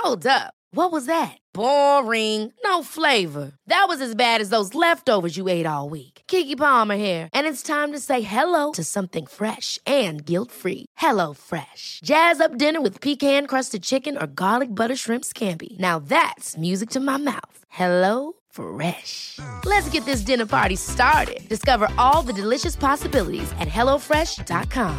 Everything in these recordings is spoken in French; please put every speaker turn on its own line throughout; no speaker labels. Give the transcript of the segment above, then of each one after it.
Hold up. What was that? Boring. No flavor. That was as bad as those leftovers you ate all week. Keke Palmer here. And it's time to say hello to something fresh and guilt-free. Hello Fresh. Jazz up dinner with pecan-crusted chicken or garlic butter shrimp scampi. Now that's music to my mouth. Hello Fresh. Let's get this dinner party started. Discover all the delicious possibilities at hellofresh.com.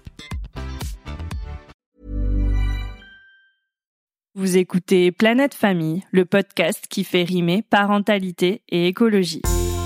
Vous écoutez Planète Famille, le podcast qui fait rimer parentalité et écologie.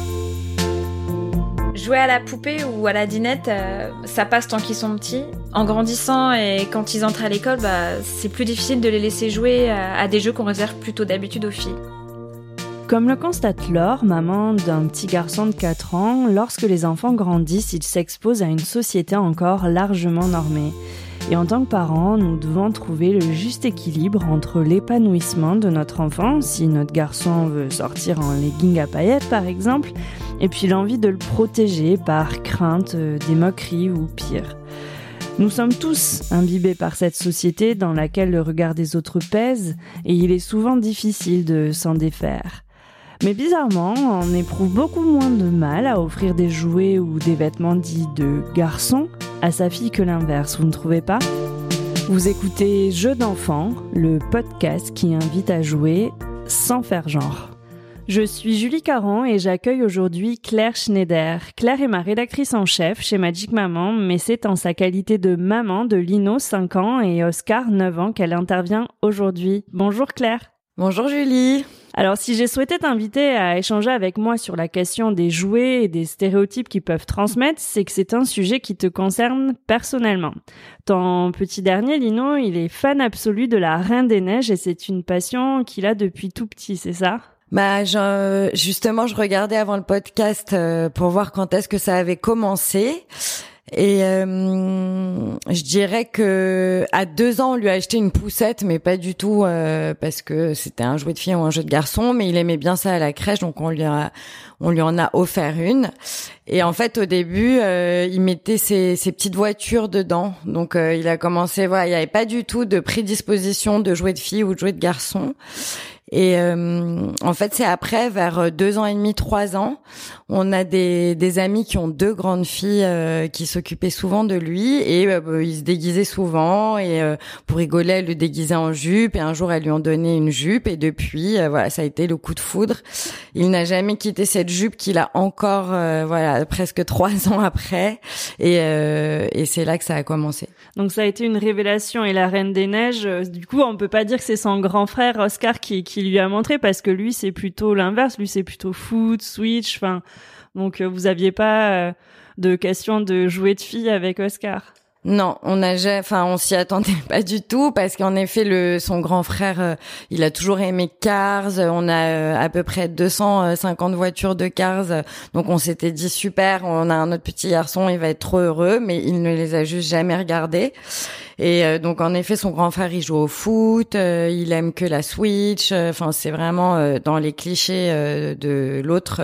Jouer à la poupée ou à la dinette, ça passe tant qu'ils sont petits. En grandissant et quand ils entrent à l'école, c'est plus difficile de les laisser jouer à des jeux qu'on réserve plutôt d'habitude aux filles.
Comme le constate Laure, maman d'un petit garçon de 4 ans, lorsque les enfants grandissent, ils s'exposent à une société encore largement normée. Et en tant que parents, nous devons trouver le juste équilibre entre l'épanouissement de notre enfant, si notre garçon veut sortir en legging à paillettes par exemple, et puis l'envie de le protéger par crainte des moqueries ou pire. Nous sommes tous imbibés par cette société dans laquelle le regard des autres pèse, et il est souvent difficile de s'en défaire. Mais bizarrement, on éprouve beaucoup moins de mal à offrir des jouets ou des vêtements dits de garçons à sa fille que l'inverse, vous ne trouvez pas ? Vous écoutez Jeux d'enfants, le podcast qui invite à jouer sans faire genre. Je suis Julie Caron et j'accueille aujourd'hui Claire Schneider. Claire est ma rédactrice en chef chez Magic Maman, mais c'est en sa qualité de maman de Lino, 5 ans, et Oscar, 9 ans, qu'elle intervient aujourd'hui. Bonjour Claire.
Bonjour Julie.
Alors, si j'ai souhaité t'inviter à échanger avec moi sur la question des jouets et des stéréotypes qu'ils peuvent transmettre, c'est que c'est un sujet qui te concerne personnellement. Ton petit dernier, Lino, il est fan absolu de la Reine des Neiges et c'est une passion qu'il a depuis tout petit, c'est ça ?
Justement, je regardais avant le podcast pour voir quand est-ce que ça avait commencé. Et je dirais que à 2 ans, on lui a acheté une poussette, mais pas du tout parce que c'était un jouet de fille ou un jeu de garçon, mais il aimait bien ça à la crèche, donc on lui en a offert une. Et en fait, au début, il mettait ses petites voitures dedans. Donc il a commencé, voilà, il n'y avait pas du tout de prédisposition de jouets de fille ou de jouets de garçon. Et en fait, c'est après, vers 2 ans et demi, 3 ans, on a des amis qui ont 2 grandes filles qui s'occupaient souvent de lui et ils se déguisaient souvent et pour rigoler, elle le déguisait en jupe et un jour, elles lui ont donné une jupe et depuis, voilà, ça a été le coup de foudre. Il n'a jamais quitté cette jupe qu'il a encore, presque 3 ans après et c'est là que ça a commencé.
Donc ça a été une révélation et la Reine des Neiges, du coup, on peut pas dire que c'est son grand frère Oscar qui lui a montré parce que lui c'est plutôt l'inverse, lui c'est plutôt foot, Switch, donc vous aviez pas de question de jouer de fille avec Oscar.
Non, on s'y attendait pas du tout parce qu'en effet son grand frère, il a toujours aimé Cars, on a à peu près 250 voitures de Cars. Donc on s'était dit super, on a un autre petit garçon, il va être trop heureux, mais il ne les a juste jamais regardés. Et donc en effet, son grand frère, il joue au foot, il aime que la Switch, c'est vraiment dans les clichés de l'autre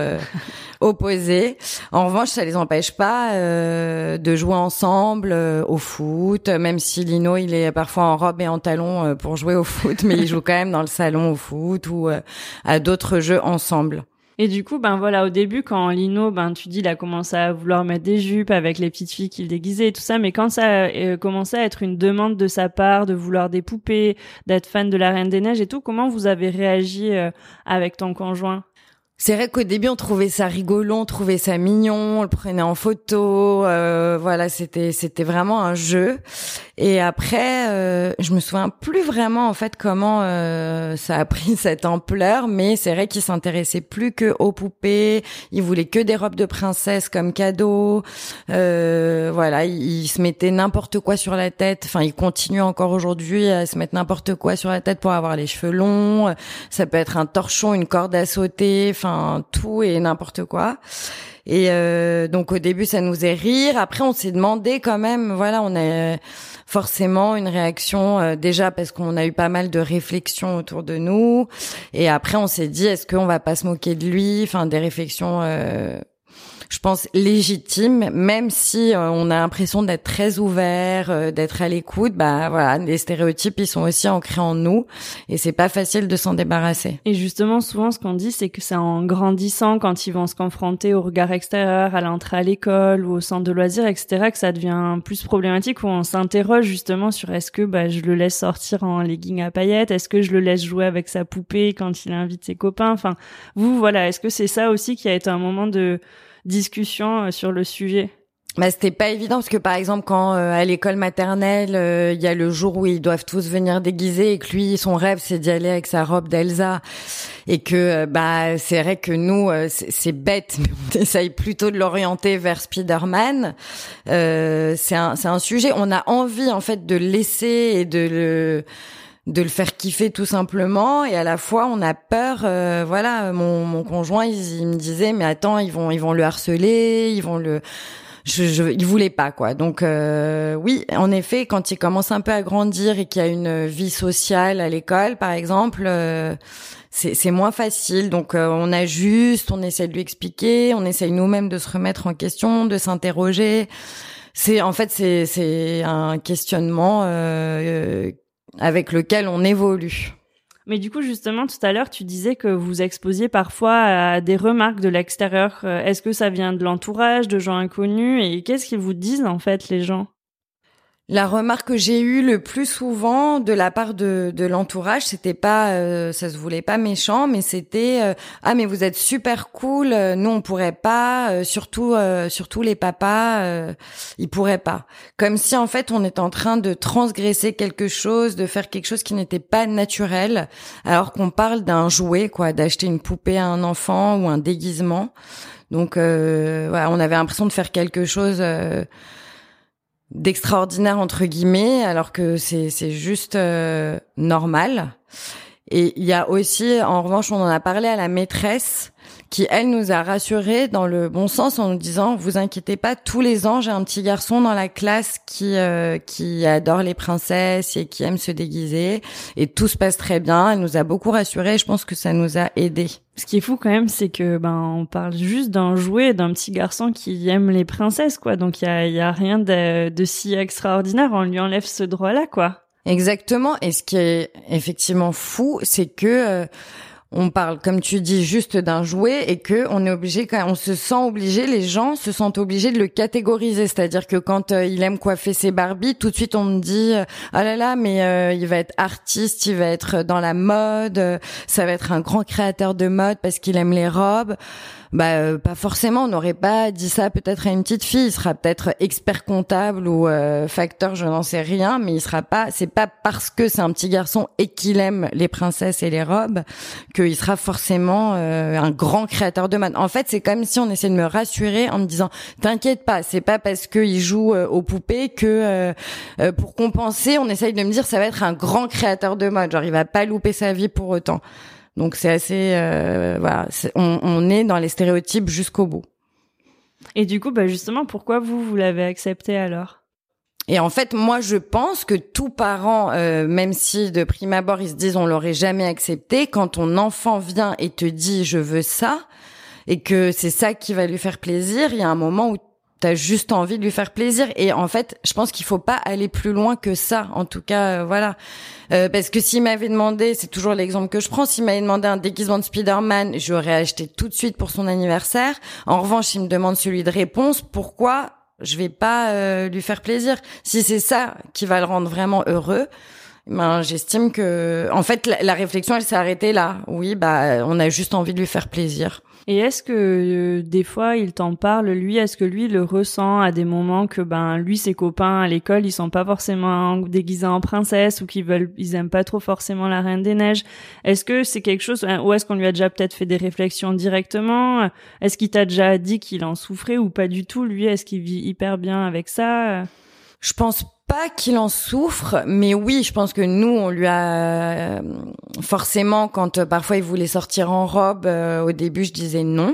opposé. En revanche, ça les empêche pas de jouer ensemble au foot, même si Lino, il est parfois en robe et en talons pour jouer au foot, mais il joue quand même dans le salon au foot ou à d'autres jeux ensemble.
Et du coup, au début, quand Lino, tu dis, il a commencé à vouloir mettre des jupes avec les petites filles qu'il déguisait et tout ça, mais quand ça a commencé à être une demande de sa part, de vouloir des poupées, d'être fan de la Reine des Neiges et tout, comment vous avez réagi avec ton conjoint ?
C'est vrai qu'au début, on trouvait ça rigolo, on trouvait ça mignon, on le prenait en photo, c'était vraiment un jeu. Et après, je me souviens plus vraiment en fait comment ça a pris cette ampleur, mais c'est vrai qu'il s'intéressait plus que aux poupées, il voulait que des robes de princesse comme cadeau. Il se mettait n'importe quoi sur la tête. Il continue encore aujourd'hui à se mettre n'importe quoi sur la tête pour avoir les cheveux longs. Ça peut être un torchon, une corde à sauter, tout et n'importe quoi. Et donc au début ça nous faisait rire, après on s'est demandé quand même, on a forcément une réaction déjà parce qu'on a eu pas mal de réflexions autour de nous, et après on s'est dit est-ce qu'on va pas se moquer de lui, des réflexions je pense, légitime, même si on a l'impression d'être très ouvert, d'être à l'écoute. Bah voilà, les stéréotypes, ils sont aussi ancrés en nous et c'est pas facile de s'en débarrasser.
Et justement, souvent, ce qu'on dit, c'est que c'est en grandissant, quand ils vont se confronter au regard extérieur, à l'entrée à l'école ou au centre de loisirs, etc., que ça devient plus problématique, où on s'interroge justement sur est-ce que je le laisse sortir en legging à paillettes, est-ce que je le laisse jouer avec sa poupée quand il invite ses copains. Enfin, vous, voilà, est-ce que c'est ça aussi qui a été un moment de discussion sur le sujet?
Bah, c'était pas évident parce que par exemple quand à l'école maternelle il y a le jour où ils doivent tous venir déguisés et que lui son rêve c'est d'y aller avec sa robe d'Elsa et que c'est vrai que nous c'est bête mais on essaye plutôt de l'orienter vers Spider-Man. C'est un sujet, on a envie en fait de le laisser et de le faire kiffer tout simplement, et à la fois on a peur. Voilà, mon conjoint il me disait mais attends, ils vont le harceler, ils vont le il voulait pas quoi. Donc oui, en effet, quand il commence un peu à grandir et qu'il y a une vie sociale à l'école par exemple, c'est moins facile. Donc on ajuste, on essaie de lui expliquer, on essaye nous-mêmes de se remettre en question, de s'interroger. C'est un questionnement avec lequel on évolue.
Mais du coup, justement, tout à l'heure, tu disais que vous exposiez parfois à des remarques de l'extérieur. Est-ce que ça vient de l'entourage, de gens inconnus? Et qu'est-ce qu'ils vous disent, en fait, les gens?
La remarque que j'ai eue le plus souvent de la part de l'entourage, c'était pas, ça se voulait pas méchant, mais c'était ah mais vous êtes super cool, nous on pourrait pas, surtout les papas, ils pourraient pas. Comme si en fait on était en train de transgresser quelque chose, de faire quelque chose qui n'était pas naturel, alors qu'on parle d'un jouet quoi, d'acheter une poupée à un enfant ou un déguisement. Donc voilà, on avait l'impression de faire quelque chose d'extraordinaire entre guillemets, alors que c'est juste normal. Et il y a aussi, en revanche, on en a parlé à la maîtresse qui, elle, nous a rassurés dans le bon sens en nous disant, vous inquiétez pas, tous les ans, j'ai un petit garçon dans la classe qui adore les princesses et qui aime se déguiser et tout se passe très bien. Elle nous a beaucoup rassurés et je pense que ça nous a aidés.
Ce qui est fou quand même, c'est que on parle juste d'un jouet, d'un petit garçon qui aime les princesses, quoi. Donc il y a rien de si extraordinaire. On lui enlève ce droit-là, quoi.
Exactement. Et ce qui est effectivement fou, c'est que on parle, comme tu dis, juste d'un jouet et que on est obligé, quand on se sent obligé, les gens se sentent obligés de le catégoriser. C'est-à-dire que quand il aime coiffer ses Barbies, tout de suite on me dit ah là là, mais il va être artiste, il va être dans la mode, ça va être un grand créateur de mode parce qu'il aime les robes. Pas forcément, on n'aurait pas dit ça peut-être à une petite fille, il sera peut-être expert comptable ou facteur, je n'en sais rien, mais c'est pas parce que c'est un petit garçon et qu'il aime les princesses et les robes qu'il sera forcément un grand créateur de mode. En fait, c'est comme si on essayait de me rassurer en me disant t'inquiète pas, c'est pas parce qu'il joue aux poupées que pour compenser, on essaye de me dire ça va être un grand créateur de mode, genre il va pas louper sa vie pour autant. Donc c'est assez voilà, on est dans les stéréotypes jusqu'au bout.
Et du coup, justement, pourquoi vous l'avez accepté alors?
Et en fait, moi, je pense que tout parent, même si de prime abord ils se disent on l'aurait jamais accepté, quand ton enfant vient et te dit je veux ça et que c'est ça qui va lui faire plaisir, il y a un moment où t'as juste envie de lui faire plaisir. Et en fait, je pense qu'il faut pas aller plus loin que ça. En tout cas, voilà. Parce que s'il m'avait demandé, c'est toujours l'exemple que je prends, s'il m'avait demandé un déguisement de Spider-Man, j'aurais acheté tout de suite pour son anniversaire. En revanche, s'il me demande celui de Réponse, pourquoi je vais pas lui faire plaisir? Si c'est ça qui va le rendre vraiment heureux, j'estime que, en fait, la réflexion, elle s'est arrêtée là. Oui, on a juste envie de lui faire plaisir.
Et est-ce que des fois il t'en parle, lui, est-ce que lui le ressent à des moments que lui ses copains à l'école ils sont pas forcément déguisés en princesse ou ils aiment pas trop forcément la Reine des Neiges? Est-ce que c'est quelque chose, ou est-ce qu'on lui a déjà peut-être fait des réflexions directement? Est-ce qu'il t'a déjà dit qu'il en souffrait ou pas du tout? Lui, est-ce qu'il vit hyper bien avec ça?
Je pense pas qu'il en souffre, mais oui, je pense que nous, on lui a forcément, quand parfois il voulait sortir en robe, au début, je disais non,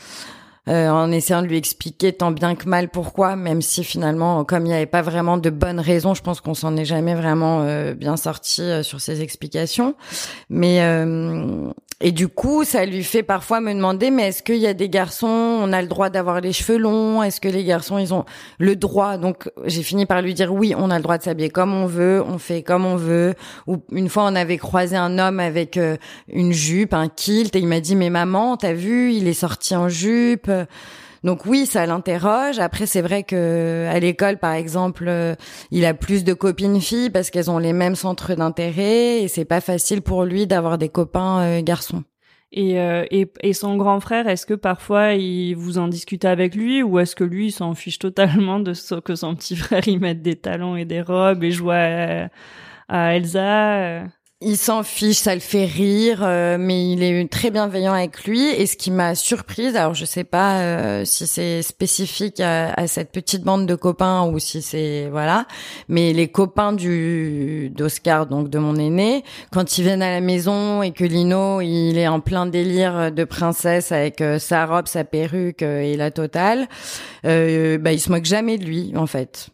en essayant de lui expliquer tant bien que mal pourquoi, même si finalement, comme il n'y avait pas vraiment de bonnes raisons, je pense qu'on s'en est jamais vraiment bien sorti sur ces explications. Mais Et du coup, ça lui fait parfois me demander, mais est-ce qu'il y a des garçons, on a le droit d'avoir les cheveux longs? Est-ce que les garçons, ils ont le droit? Donc, j'ai fini par lui dire, oui, on a le droit de s'habiller comme on veut, on fait comme on veut. Ou une fois, on avait croisé un homme avec une jupe, un kilt, et il m'a dit, mais maman, t'as vu, il est sorti en jupe. Donc oui, ça l'interroge. Après, c'est vrai que à l'école, par exemple, il a plus de copines filles parce qu'elles ont les mêmes centres d'intérêt et c'est pas facile pour lui d'avoir des copains garçons.
Et son grand frère, est-ce que parfois il vous en discutez avec lui ou est-ce que lui il s'en fiche totalement de ce que son petit frère il mette des talons et des robes et joue à Elsa?
Il s'en fiche, ça le fait rire, mais il est très bienveillant avec lui. Et ce qui m'a surprise, alors je sais pas si c'est spécifique à cette petite bande de copains ou si c'est voilà, mais les copains d'Oscar, donc de mon aîné, quand ils viennent à la maison et que Lino il est en plein délire de princesse avec sa robe, sa perruque et la totale, ils se moquent jamais de lui en fait.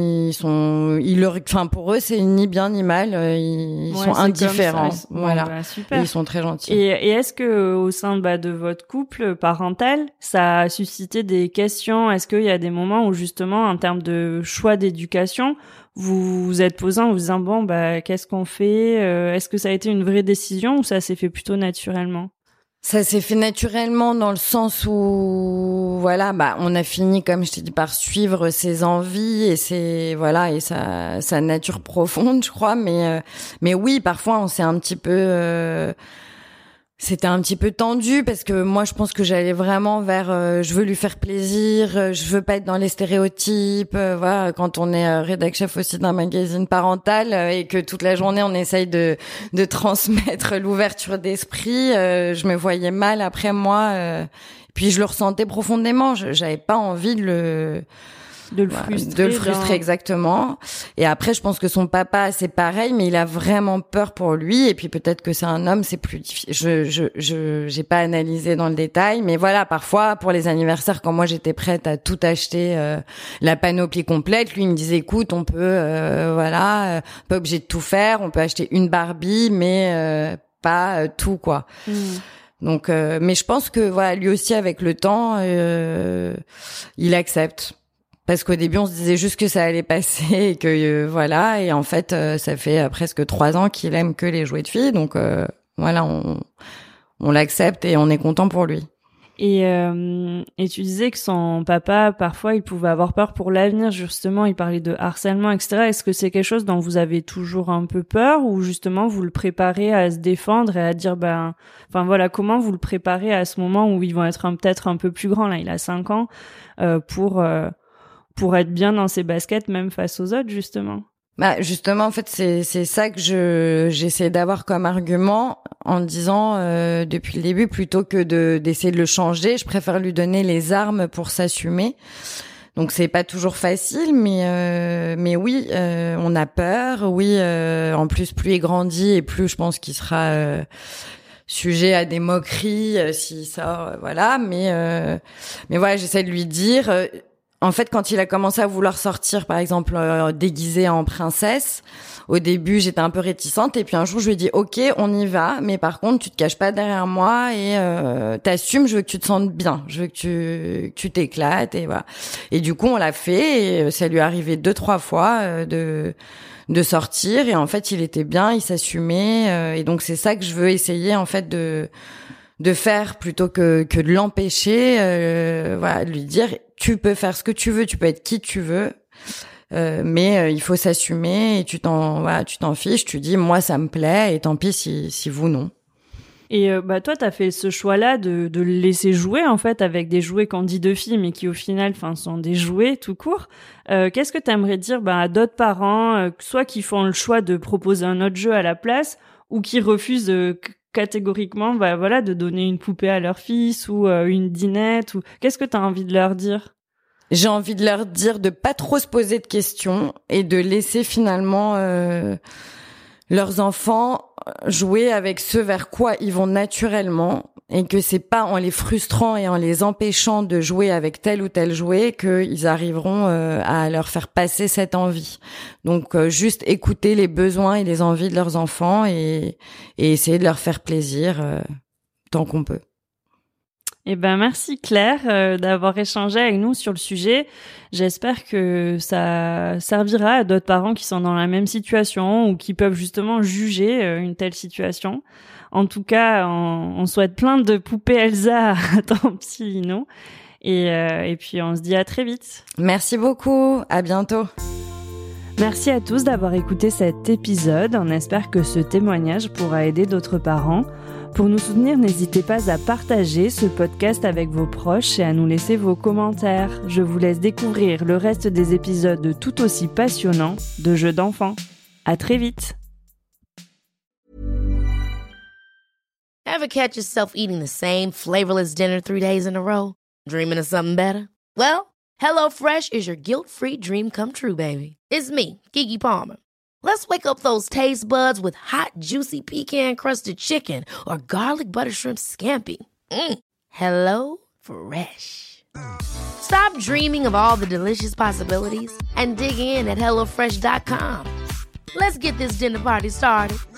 Pour eux c'est ni bien ni mal, ils sont indifférents, voilà.
Bon, super.
Ils sont très gentils.
Et est-ce que au sein de votre couple parental, ça a suscité des questions? Est-ce qu'il y a des moments où justement, en termes de choix d'éducation, vous vous êtes posé en vous disant bon qu'est-ce qu'on fait? Est-ce que ça a été une vraie décision ou ça s'est fait plutôt naturellement?
Ça s'est fait naturellement dans le sens où on a fini, comme je t'ai dit, par suivre ses envies et sa nature profonde, je crois, mais oui, parfois on s'est un petit peu c'était un petit peu tendu parce que moi je pense que j'allais vraiment vers je veux lui faire plaisir, je veux pas être dans les stéréotypes, quand on est rédac chef aussi d'un magazine parental et que toute la journée on essaye de transmettre l'ouverture d'esprit, je me voyais mal après moi puis je le ressentais profondément, j'avais pas envie de le frustrer exactement. Et après, je pense que son papa, c'est pareil, mais il a vraiment peur pour lui. Et puis peut-être que c'est un homme, c'est plus difficile. J'ai pas analysé dans le détail, mais voilà, parfois pour les anniversaires, quand moi j'étais prête à tout acheter, la panoplie complète, lui il me disait, écoute, on peut, pas obligé de tout faire, on peut acheter une Barbie, mais pas tout quoi. Donc, mais je pense que lui aussi avec le temps, il accepte. Parce qu'au début, on se disait juste que ça allait passer et que et en fait, ça fait presque 3 ans qu'il aime que les jouets de filles, donc on l'accepte et on est content pour lui.
Et tu disais que son papa, parfois, il pouvait avoir peur pour l'avenir, justement, il parlait de harcèlement, etc. Est-ce que c'est quelque chose dont vous avez toujours un peu peur ou justement vous le préparez à se défendre et à dire, comment vous le préparez à ce moment où ils vont être peut-être un peu plus grands, là, il a 5 ans, pour être bien dans ses baskets, même face aux autres, justement?
Justement, en fait, c'est ça que j'essaie d'avoir comme argument en disant depuis le début, plutôt que d'essayer de le changer, je préfère lui donner les armes pour s'assumer. Donc c'est pas toujours facile, mais oui, on a peur. Oui, en plus, plus il grandit et plus je pense qu'il sera sujet à des moqueries s'il sort, Mais voilà, j'essaie de lui dire. En fait, quand il a commencé à vouloir sortir, par exemple, déguisé en princesse, au début, j'étais un peu réticente. Et puis un jour, je lui ai dit, OK, on y va. Mais par contre, tu te caches pas derrière moi et t'assumes. Je veux que tu te sentes bien. Je veux que tu t'éclates. Et voilà. Et du coup, on l'a fait. Et ça lui est arrivé 2-3 fois de sortir. Et en fait, il était bien, il s'assumait. Et donc, c'est ça que je veux essayer, en fait, de faire plutôt que de l'empêcher. De lui dire, tu peux faire ce que tu veux, tu peux être qui tu veux, mais il faut s'assumer et tu t'en fiches, tu dis moi ça me plaît et tant pis si vous non.
Et toi t'as fait ce choix-là de le laisser jouer en fait avec des jouets qu'on dit de filles mais qui au final sont des jouets tout court. Qu'est-ce que t'aimerais dire à d'autres parents, soit qui font le choix de proposer un autre jeu à la place ou qui refusent catégoriquement de donner une poupée à leur fils ou une dinette ou qu'est-ce que tu as envie de leur dire?
J'ai envie de leur dire de pas trop se poser de questions et de laisser finalement leurs enfants jouer avec ce vers quoi ils vont naturellement et que c'est pas en les frustrant et en les empêchant de jouer avec tel ou tel jouet qu'ils arriveront à leur faire passer cette envie. Donc juste écouter les besoins et les envies de leurs enfants et essayer de leur faire plaisir tant qu'on peut.
Eh ben merci Claire d'avoir échangé avec nous sur le sujet. J'espère que ça servira à d'autres parents qui sont dans la même situation ou qui peuvent justement juger une telle situation. En tout cas, on souhaite plein de poupées Elsa à ton petit Lino. Et puis on se dit à très vite.
Merci beaucoup, à bientôt.
Merci à tous d'avoir écouté cet épisode. On espère que ce témoignage pourra aider d'autres parents. Pour nous soutenir, n'hésitez pas à partager ce podcast avec vos proches et à nous laisser vos commentaires. Je vous laisse découvrir le reste des épisodes tout aussi passionnants de Jeux d'enfants. À très vite.
Ever catch yourself eating the same flavorless dinner 3 days in a row? Dreaming of something better? Well, HelloFresh is your guilt-free dream come true, baby. It's me, Keke Palmer. Let's wake up those taste buds with hot, juicy pecan-crusted chicken or garlic butter shrimp scampi. Hello Fresh. Stop dreaming of all the delicious possibilities and dig in at HelloFresh.com. Let's get this dinner party started.